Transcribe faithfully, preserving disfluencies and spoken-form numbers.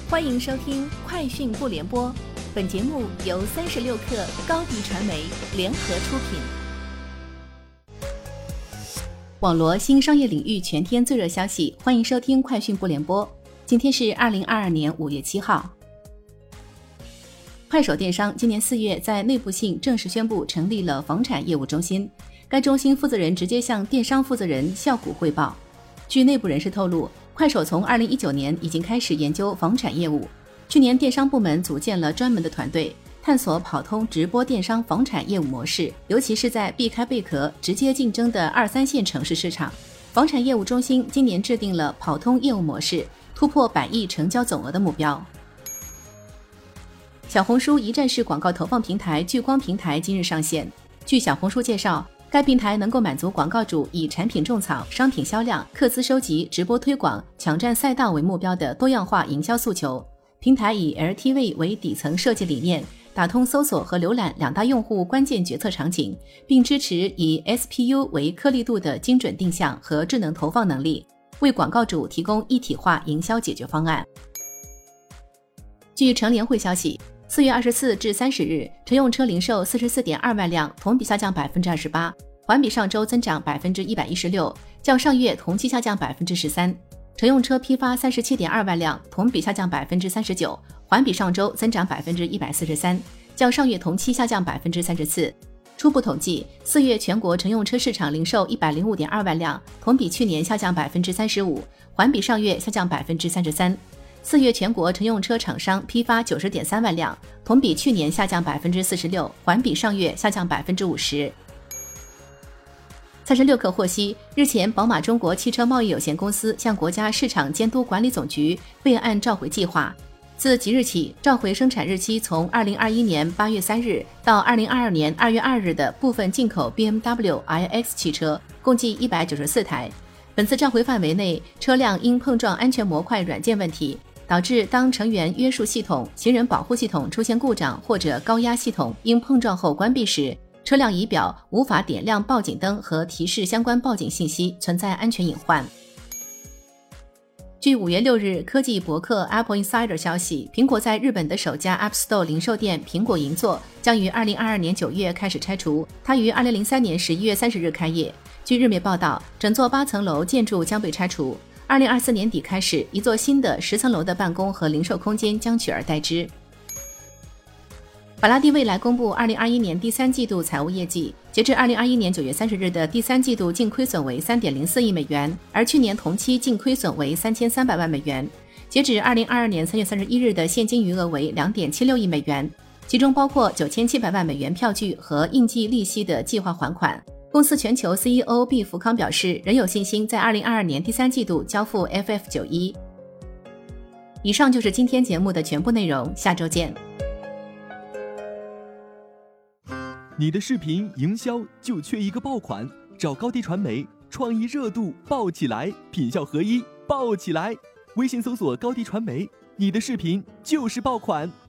欢迎收听快讯不联播，本节目由三十六克高低传媒联合出品。网罗新商业领域全天最热消息，欢迎收听快讯不联播。今天是二零二二年五月七号。快手电商今年四月在内部信正式宣布成立了房产业务中心，该中心负责人直接向电商负责人啸谷汇报。据内部人士透露，快手从二零一九年已经开始研究房产业务，去年电商部门组建了专门的团队，探索跑通直播电商房产业务模式，尤其是在避开贝壳、直接竞争的二三线城市市场。房产业务中心今年制定了跑通业务模式，突破百亿成交总额的目标。小红书一站式广告投放平台聚光平台今日上线。据小红书介绍，该平台能够满足广告主以产品种草、商品销量、客资收集、直播推广、抢占赛道为目标的多样化营销诉求。平台以 L T V 为底层设计理念，打通搜索和浏览两大用户关键决策场景，并支持以 S P U 为颗粒度的精准定向和智能投放能力，为广告主提供一体化营销解决方案。据乘联会消息，四月二十四至三十日，乘用车零售 四十四点二万辆，同比下降 百分之二十八， 环比上周增长 百分之一百一十六， 较上月同期下降 百分之十三。 乘用车批发 三十七点二万辆，同比下降 百分之三十九， 环比上周增长 百分之一百四十三， 较上月同期下降 百分之三十四。 初步统计，四月全国乘用车市场零售 一百零五点二万辆，同比去年下降 百分之三十五， 环比上月下降 百分之三十三。四月全国乘用车厂商批发 九十点三万辆，同比去年下降 百分之四十六， 环比上月下降 百分之五十。三十六氪获悉，日前宝马中国汽车贸易有限公司向国家市场监督管理总局备案召回计划，自即日起召回生产日期从二零二一年八月三日到二零二二年二月二日的部分进口 B M W i X 汽车，共计一百九十四台。本次召回范围内，车辆因碰撞安全模块软件问题，导致当成员约束系统、行人保护系统出现故障，或者高压系统因碰撞后关闭时，车辆仪表无法点亮报警灯和提示相关报警信息，存在安全隐患。据五月六日科技博客 Apple Insider 消息，苹果在日本的首家 App Store 零售店苹果银座将于二零二二年九月开始拆除，它于二零零三年十一月三十日开业。据日媒报道，整座八层楼建筑将被拆除，二零二四年底开始，一座新的十层楼的办公和零售空间将取而代之。法拉第未来公布二零二一年第三季度财务业绩，截至二零二一年九月三十日的第三季度净亏损为 三点零四亿美元，而去年同期净亏损为三千三百万美元。截止二零二二年三月三十一日的现金余额为 两点七六亿美元，其中包括九千七百万美元票据和应计利息的计划还款。公司全球 C E O 毕福康表示，仍有信心在二零二二年第三季度交付 F F 九十一。以上就是今天节目的全部内容，下周见。 你的视频营销就缺一个爆款，找高低传媒，创意热度爆起来，品效合一爆起来。微信搜索高低传媒，你的视频就是爆款。